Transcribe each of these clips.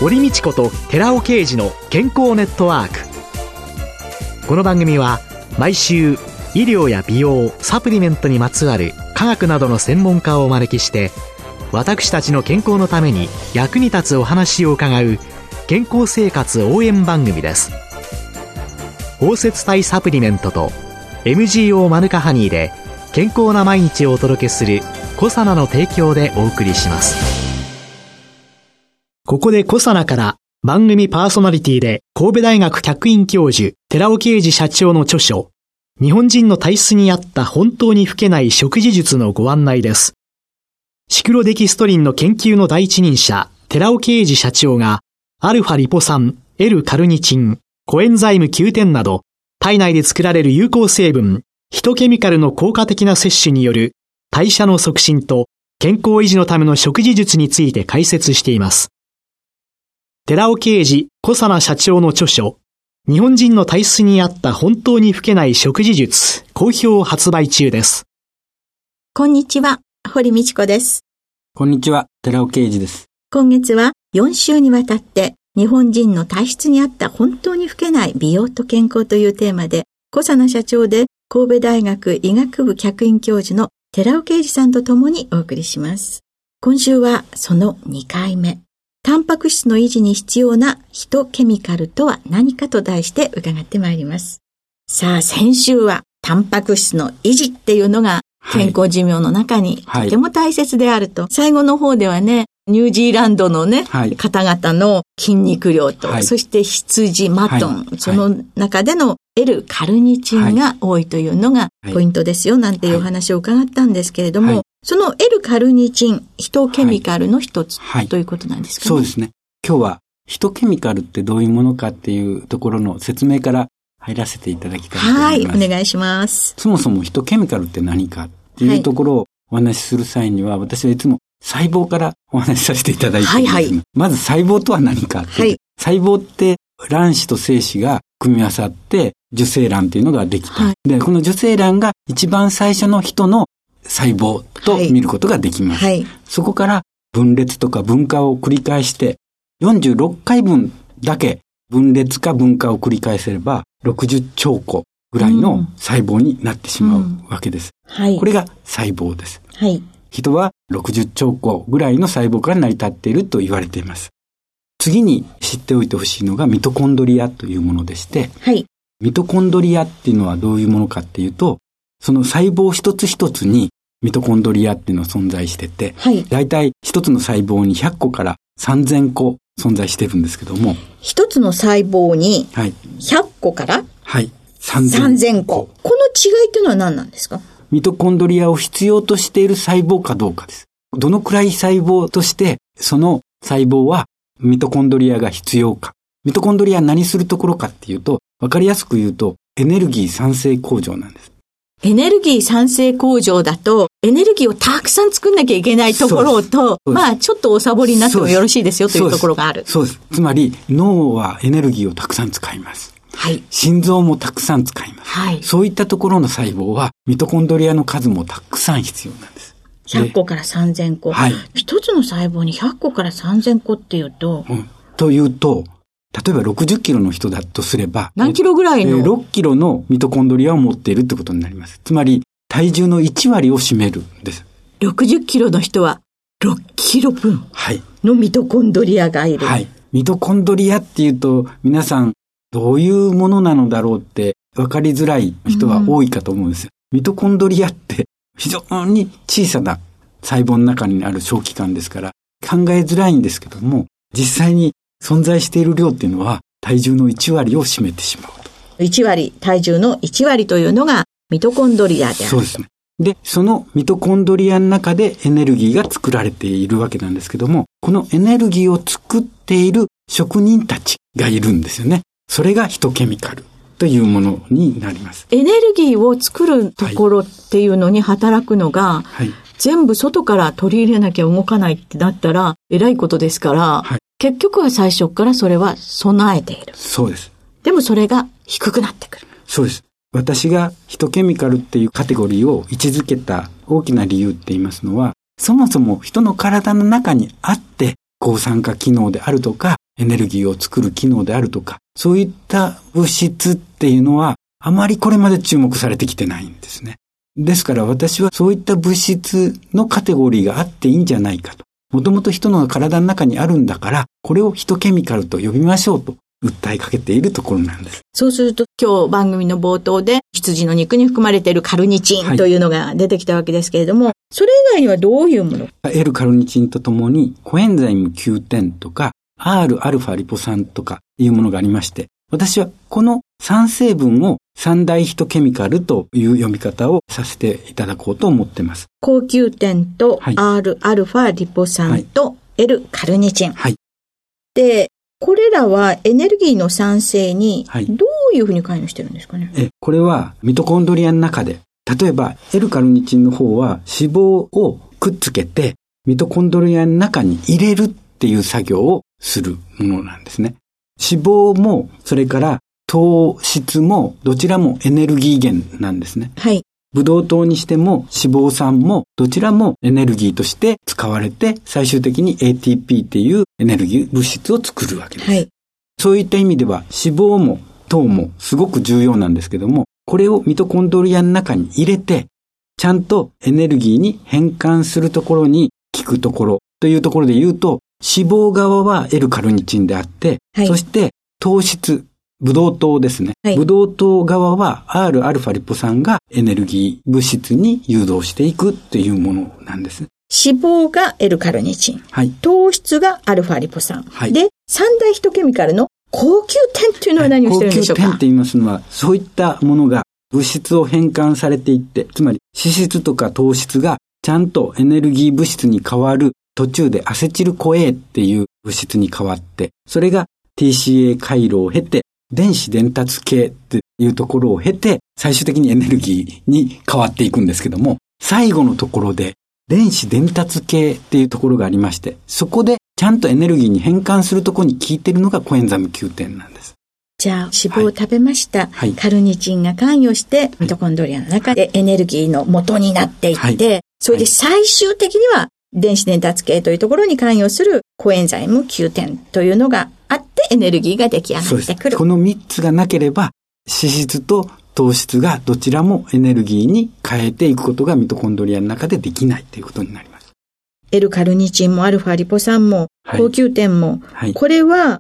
堀道子と寺尾啓二の健康ネットワーク。この番組は毎週医療や美容、サプリメントにまつわる科学などの専門家をお招きして、私たちの健康のために役に立つお話を伺う健康生活応援番組です。包摂体サプリメントと MGO マヌカハニーで健康な毎日をお届けするコサナの提供でお送りします。ここでコサナから番組パーソナリティで神戸大学客員教授寺尾啓二社長の著書、日本人の体質に合った本当に老けない食事術のご案内です。シクロデキストリンの研究の第一人者寺尾啓二社長がアルファリポ酸、L カルニチン、コエンザイム Q10 など体内で作られる有効成分ヒトケミカルの効果的な摂取による代謝の促進と健康維持のための食事術について解説しています。寺尾啓二、コサナ社長の著書、日本人の体質に合った本当に老けない食事術、好評発売中です。 こんにちは、堀道子です。 こんにちは、寺尾啓二です。 今月は4週にわたって日本人の体質に合った本当に老けない美容と健康というテーマで、コサナ社長で神戸大学医学部客員教授の寺尾啓二さんと共にお送りします。今週はその2回目。タンパク質の維持に必要なヒトケミカルとは何かと題して伺ってまいります。さあ、先週はタンパク質の維持っていうのが健康寿命の中にとても大切であると。最後の方ではね、ニュージーランドのね、方々の筋肉量と、そして羊、マトン、その中でのL カルニチンが多いというのがポイントですよ、なんていうお話を伺ったんですけれども、その L カルニチン、ヒトケミカルの一つ、ということなんですかね。 そうですね。今日はヒトケミカルってどういうものかっていうところの説明から入らせていただきたいと思います。 はい、お願いします。 そもそもヒトケミカルって何かっていうところをお話しする際には、私はいつも細胞からお話しさせていただいているんです。まず細胞とは何かって、細胞って卵子と精子が組み合わさって受精卵っていうのができた。で、この受精卵が一番最初の人の細胞と見ることができます。そこから分裂とか分化を繰り返して46回分だけ分裂か分化を繰り返せれば60兆個ぐらいの細胞になってしまうわけです。これが細胞です。人は60兆個ぐらいの細胞から成り立っていると言われています。次に知っておいてほしいのがミトコンドリアというものでして、ミトコンドリアっていうのはどういうものかっていうと、その細胞一つ一つにミトコンドリアっていうのが存在してて、だいたい一つの細胞に100個から3000個存在してるんですけども、 一つの細胞に100個から3000個。この違いっていうのは何なんですか？ ミトコンドリアを必要としている細胞かどうかです。どのくらい細胞としてその細胞はミトコンドリアが必要か。ミトコンドリアは何するところかっていうと、わかりやすく言うとエネルギー産生工場なんです。 エネルギー産生工場だとエネルギーをたくさん作んなきゃいけないところと、まあちょっとおサボりになってもよろしいですよというところがある。 そうです。つまり脳はエネルギーをたくさん使います。心臓もたくさん使います。そういったところの細胞はミトコンドリアの数もたくさん必要なんです。 100個から3000個。一つの細胞に100個から3000個っていうと、 例えば60キロの人だとすれば、 何キロぐらいの 6キロのミトコンドリアを持っているってことになります。つまり体重の1割を占めるんです。 60キロの人は6キロ分のミトコンドリアがいる。 ミトコンドリアっていうと皆さんどういうものなのだろうって分かりづらい人は多いかと思うんです。ミトコンドリアって非常に小さな細胞の中にある小器官ですから考えづらいんですけども、実際に存在している量っていうのは体重の1割を占めてしまうと。 1割、体重の1割というのがミトコンドリアである。 そうですね。で、そのミトコンドリアの中でエネルギーが作られているわけなんですけども、このエネルギーを作っている職人たちがいるんですよね。それがヒトケミカルというものになります。 エネルギーを作るところっていうのに働くのが、全部外から取り入れなきゃ動かないってなったら偉いことですから、結局は最初からそれは備えている。 そうです。 でもそれが低くなってくる。 そうです。私がヒトケミカルっていうカテゴリーを位置づけた大きな理由って言いますのは、そもそも人の体の中にあって抗酸化機能であるとかエネルギーを作る機能であるとか、そういった物質っていうのはあまりこれまで注目されてきてないんですね。ですから私はそういった物質のカテゴリーがあっていいんじゃないかと。もともと人の体の中にあるんだから、これをヒトケミカルと呼びましょうと訴えかけているところなんです。 そうすると今日番組の冒頭で羊の肉に含まれているカルニチンというのが出てきたわけですけれども、それ以外にはどういうもの ？L カルニチンとともにコエンザイム Q10 とか Rα リポ酸とかいうものがありまして、私はこの3成分を三大ヒトケミカルという読み方をさせていただこうと思っています。 高級点と Rα リポ酸と L カルニチン。はい。で、これらはエネルギーの産生にどういうふうに関与してるんですかね？ これはミトコンドリアの中で、例えば L カルニチンの方は脂肪をくっつけてミトコンドリアの中に入れるっていう作業をするものなんですね。脂肪もそれから糖質もどちらもエネルギー源なんですね。はい。ブドウ糖にしても脂肪酸もどちらもエネルギーとして使われて最終的に ATP っていうエネルギー物質を作るわけです。はい。そういった意味では脂肪も糖もすごく重要なんですけども、これをミトコンドリアの中に入れてちゃんとエネルギーに変換するところに効くところというところで言うと、脂肪側は L カルニチンであって、はい、そして糖質、ブドウ糖ですね。はい、ブドウ糖側は Rα リポ酸がエネルギー物質に誘導していくっていうものなんです。 脂肪が L カルニチン。はい、糖質が α リポ酸。はい、で、三大ヒトケミカルの高級点というのは何をしてるんでしょうか？ 高級点って言いますのは、そういったものが物質を変換されていって、つまり脂質とか糖質がちゃんとエネルギー物質に変わる途中でアセチルコ A っていう物質に変わって、それが TCA 回路を経て、電子伝達系っていうところを経て、最終的にエネルギーに変わっていくんですけども、最後のところで電子伝達系っていうところがありまして、そこでちゃんとエネルギーに変換するところに効いているのがコエンザイム Q10 なんです。 じゃあ脂肪を食べました、はい、カルニチンが関与してミトコンドリアの中でエネルギーの元になっていって、はい、それで最終的には電子伝達系というところに関与するコエンザイム Q10 というのがあってエネルギーが出来上がってくる。 この3つがなければ脂質と糖質がどちらもエネルギーに変えていくことがミトコンドリアの中でできないということになります。 L カルニチンも α リポ酸も高級点も、はい、これは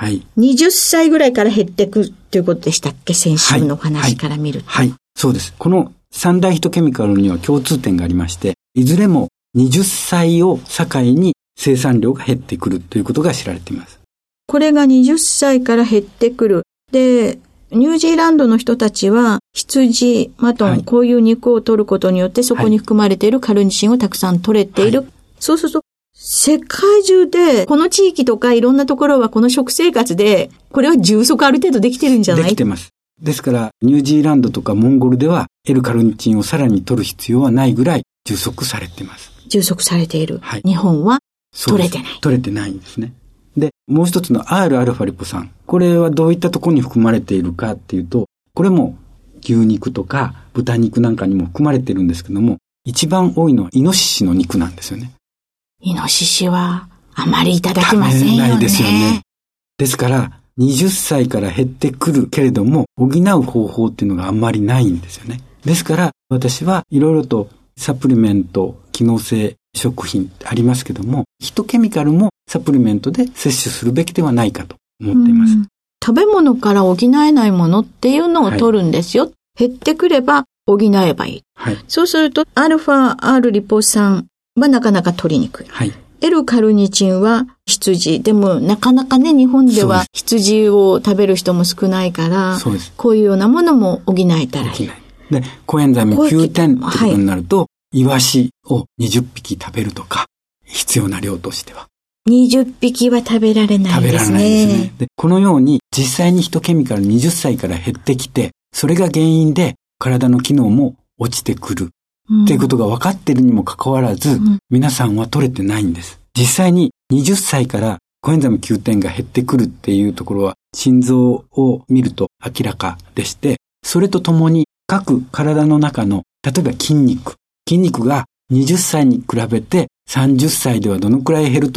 20歳ぐらいから減っていくということでしたっけ？先週のお話から見ると。 はい、そうです。この三大ヒトケミカルには共通点がありまして、いずれも20歳を境に生産量が減ってくるということが知られています。 これが20歳から減ってくる。で、ニュージーランドの人たちは羊、マトン、こういう肉を取ることによってそこに含まれているカルニチンをたくさん取れている。そうすると、世界中で、この地域とかいろんなところはこの食生活で、これは充足ある程度できてるんじゃない？ できてます。ですから、ニュージーランドとかモンゴルでは L カルニチンをさらに取る必要はないぐらい充足されています。 充足されている。はい、日本は取れてない。 取れてないんですね。で、もう一つの Rα リポ酸。これはどういったところに含まれているかっていうと、これも牛肉とか豚肉なんかにも含まれているんですけども、一番多いのはイノシシの肉なんですよね。 イノシシはあまりいただきませんよね。食べないですよね。 ですから、20歳から減ってくるけれども、補う方法っていうのがあんまりないんですよね。ですから、私はいろいろとサプリメント、機能性食品ってありますけども、ヒトケミカルもサプリメントで摂取するべきではないかと思っています。 食べ物から補えないものっていうのを取るんですよ。はい、減ってくれば補えばいい。はい、そうすると、α、リポ酸はなかなか取りにくい。はい、L カルニチンは羊。でもなかなかね、日本では羊を食べる人も少ないから、こういうようなものも補えたらいい。 で、コエンザイム Q10 ってことになると、イワシを20匹食べるとか、必要な量としては。 20匹は食べられないですね。 食べられないですね。で、このように実際にヒトケミカル20歳から減ってきて、それが原因で体の機能も落ちてくる。っていうことが分かっているにもかかわらず、皆さんは取れてないんです。実際に20歳からコエンザイム Q10 が減ってくるっていうところは、心臓を見ると明らかでして、それとともに各体の中の、例えば筋肉が20歳に比べて30歳ではどのくらい減るとか、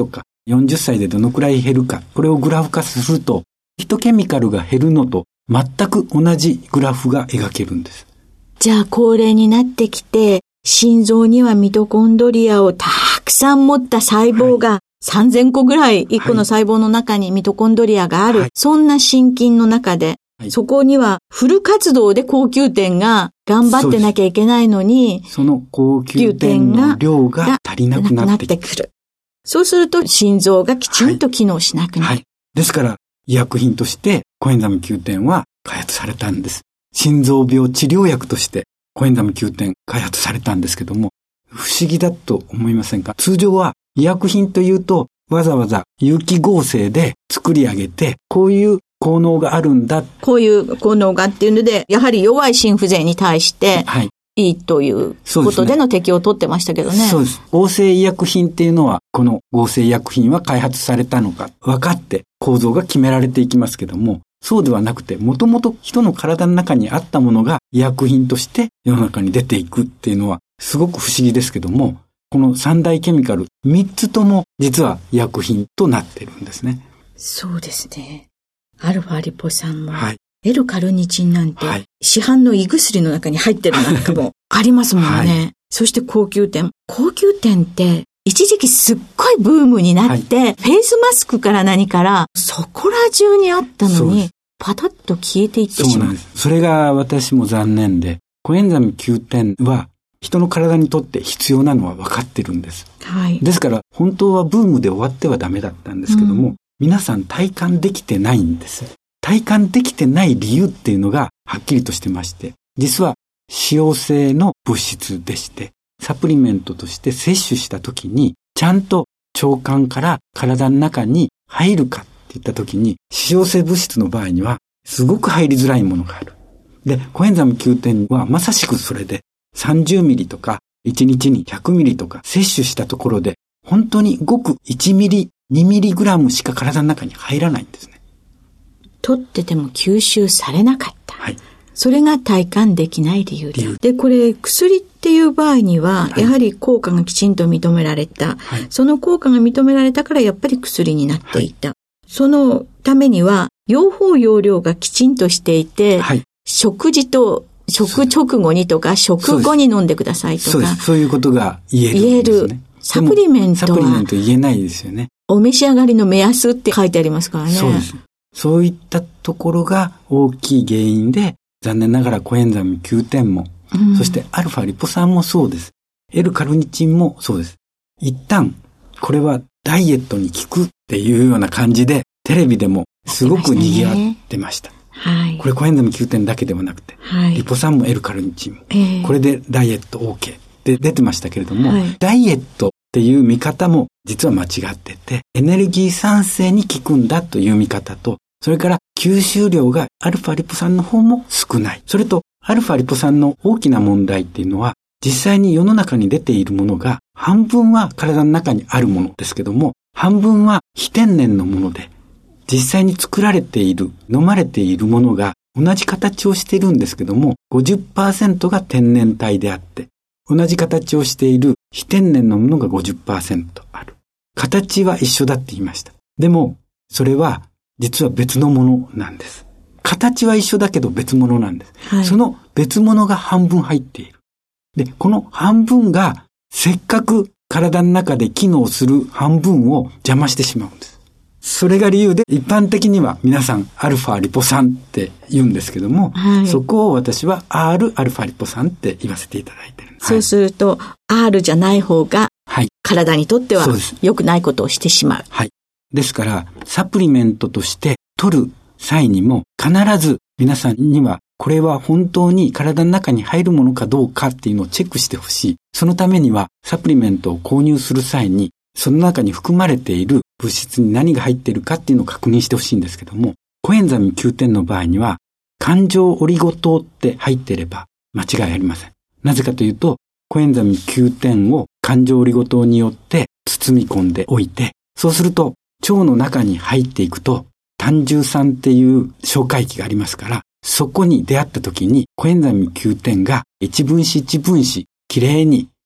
40歳でどのくらい減るか、これをグラフ化すると、ヒトケミカルが減るのと全く同じグラフが描けるんです。 じゃあ高齢になってきて、心臓にはミトコンドリアをたくさん持った細胞が、3000個ぐらい1個の細胞の中にミトコンドリアがある。そんな心筋の中で、そこにはフル活動で高級点が頑張ってなきゃいけないのに、 その高級点の量が足りなくなってくる。 そうすると心臓がきちんと機能しなくなる。 ですから医薬品としてコエンザム Q10 は開発されたんです。心臓病治療薬としてコエンザム Q10 開発されたんですけども、不思議だと思いませんか？通常は医薬品というとわざわざ有機合成で作り上げて、こういう効能があるんだ。 こういう効能がっていうので、やはり弱い心不全に対して、いいということでの適用を取ってましたけどね。 そうです。合成医薬品っていうのは、この合成医薬品は開発されたのか分かって構造が決められていきますけども、そうではなくて、もともと人の体の中にあったものが医薬品として世の中に出ていくっていうのはすごく不思議ですけども、この三大ケミカル3つとも実は医薬品となっているんですね。 そうですね。アルファリポ酸も、L カルニチンなんて、市販の胃薬の中に入ってるなんかもありますもんね。そして高級店。高級店って一時期すっごいブームになって、フェイスマスクから何からそこら中にあったのに、パタッと消えていってしまう。 そうなんです。それが私も残念で、コエンザム Q10 は人の体にとって必要なのは分かってるんです。ですから本当はブームで終わってはダメだったんですけども、皆さん体感できてないんです。体感できてない理由っていうのがはっきりとしてまして、実は使用性の物質でして、サプリメントとして摂取した時にちゃんと腸管から体の中に入るかっていった時に、使用性物質の場合にはすごく入りづらいものがある。で、コエンザム Q10 はまさしくそれで、30ミリとか1日に100ミリとか摂取したところで、本当にごく1ミリ2ミリグラムしか体の中に入らないんですね。 取ってても吸収されなかった。それが体感できない理由で、これ薬っていう場合には、やはり効果がきちんと認められた。その効果が認められたからやっぱり薬になっていた。そのためには、用法用量がきちんとしていて、食事と食直後にとか食後に飲んでくださいとか。 そういうことが言えるんですね。 サプリメントは言えないですよね。 お召し上がりの目安って書いてありますからね。 そうです。そういったところが大きい原因で、残念ながらコエンザム Q10 も、そしてアルファリポ酸もそうです。L カルニチンもそうです。一旦、これはダイエットに効くっていうような感じで、テレビでもすごく賑わってました。これコエンザム Q10 だけではなくて、リポ酸も L カルニチンも、これでダイエット OK って出てましたけれども、ダイエットっていう見方も実は間違ってて、エネルギー産生に効くんだという見方と、それから吸収量がアルファリポ酸の方も少ない。それとアルファリポ酸の大きな問題っていうのは、実際に世の中に出ているものが半分は体の中にあるものですけども、半分は非天然のもので、実際に作られている、飲まれているものが同じ形をしているんですけども、50% が天然体であって、同じ形をしている非天然のものが 50% ある。形は一緒だって言いました。でも、それは実は別のものなんです。形は一緒だけど別物なんです。その別物が半分入っている。で、この半分がせっかく体の中で機能する半分を邪魔してしまうんです。それが理由で、一般的には皆さんアルファリポ酸って言うんですけども、そこを私は R アルファリポ酸って言わせていただいてるんです。 そうすると R じゃない方が体にとっては良くないことをしてしまう。 ですからサプリメントとして取る際にも必ず皆さんにはこれは本当に体の中に入るものかどうかっていうのをチェックしてほしい。そのためにはサプリメントを購入する際にその中に含まれている物質に何が入っているかっていうのを確認してほしいんですけども、コエンザム Q10 の場合には環状オリゴ糖って入っていれば間違いありません。なぜかというとコエンザム Q10 を環状オリゴ糖によって包み込んでおいて、そうすると腸の中に入っていくと胆汁酸っていう消化液がありますから、そこに出会った時にコエンザム Q10 が一分子一分子きれいに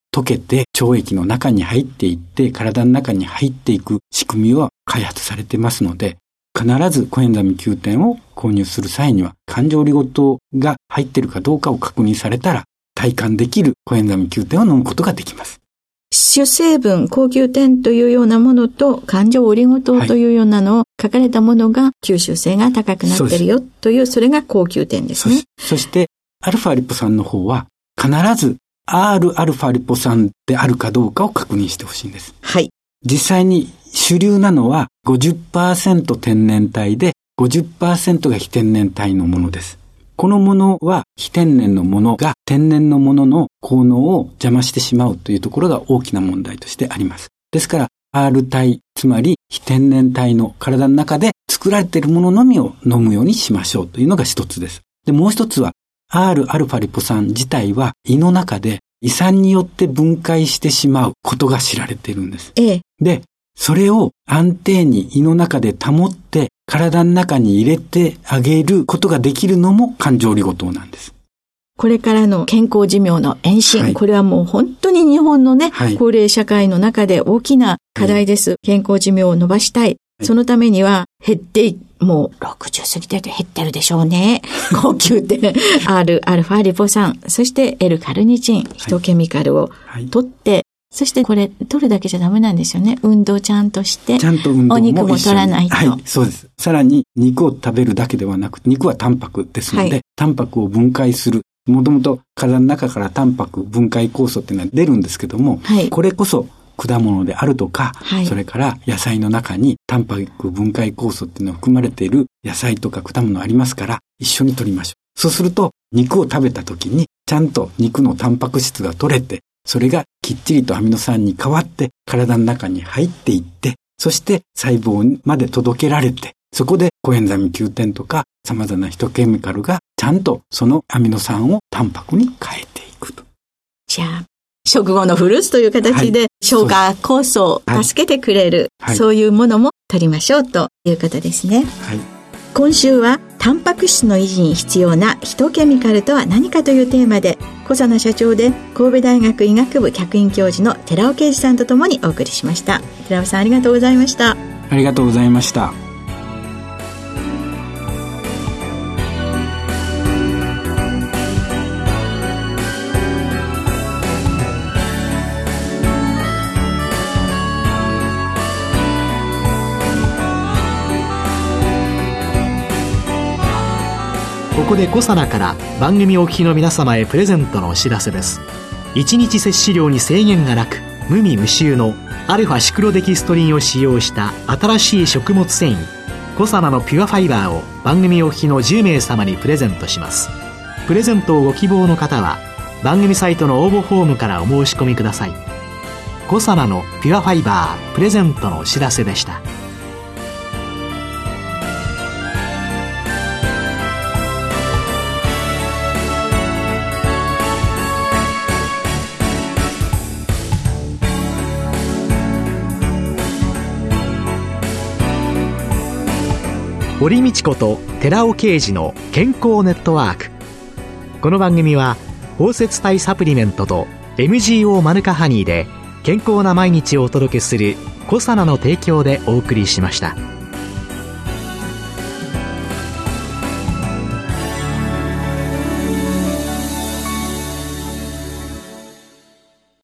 溶けて腸液の中に入っていって体の中に入っていく仕組みは開発されてますので、必ずコエンザミ Q10 を購入する際には環状オリゴ糖が入っているかどうかを確認されたら、体感できるコエンザミ Q10 を飲むことができます。 主成分、高級点というようなものと環状オリゴ糖というようなのを書かれたものが吸収性が高くなっているよという、それが高級点ですね。 そしてアルファリポ酸の方は必ず Rα リポ酸であるかどうかを確認してほしいんです。 はい。 実際に主流なのは 50% 天然体で 50% が非天然体のものです。このものは非天然のものが天然のものの効能を邪魔してしまうというところが大きな問題としてあります。ですから R 体、つまり非天然体の体の中で作られているもののみを飲むようにしましょうというのが一つです。で、もう一つは Rα リポ酸自体は胃の中で胃酸によって分解してしまうことが知られているんです。で、それを安定に胃の中で保って体の中に入れてあげることができるのも環状オリゴ糖なんです。 これからの健康寿命の延伸、はい、これはもう本当に日本のね、はい、高齢社会の中で大きな課題です。はい、健康寿命を伸ばしたい。はい、そのためには減ってもう60過ぎてると減ってるでしょうね。高級点Rα リポ酸、そして L カルニチン、ヒトケミカルを取って、はい、そしてこれ取るだけじゃダメなんですよね。運動ちゃんとして。 ちゃんと運動もお肉も取らないと。 はい、そうです。さらに肉を食べるだけではなく、肉はタンパクですので、はい、タンパクを分解する。もともと体の中からタンパク分解酵素っていうのは出るんですけども、はい、これこそ果物であるとか、はい、それから野菜の中にタンパク分解酵素っていうのが含まれている野菜とか果物ありますから、一緒に取りましょう。そうすると肉を食べた時にちゃんと肉のタンパク質が取れて、それがきっちりとアミノ酸に変わって体の中に入っていって、そして細胞まで届けられて、そこでコエンザミ Q10 とか様々なヒトケミカルがちゃんとそのアミノ酸をタンパクに変えていくと。 じゃあ食後のフルーツという形で消化酵素を助けてくれる、はい、そういうものも取りましょうということですね。はい、今週はタンパク質の維持に必要なヒトケミカルとは何かというテーマで、小佐奈社長で神戸大学医学部客員教授の寺尾啓二さんとともにお送りしました。寺尾さん、ありがとうございました。 ありがとうございました。 ここでコサナから番組お聞きの皆様へプレゼントのお知らせです。1日摂取量に制限がなく、無味無臭のアルファシクロデキストリンを使用した新しい食物繊維コサナのピュアファイバーを番組お聞きの10名様にプレゼントします。プレゼントをご希望の方は番組サイトの応募フォームからお申し込みください。コサナのピュアファイバープレゼントのお知らせでした。堀道子と寺尾啓二の健康ネットワーク。この番組は包摂体サプリメントと MGO マヌカハニーで健康な毎日をお届けするコサナの提供でお送りしました。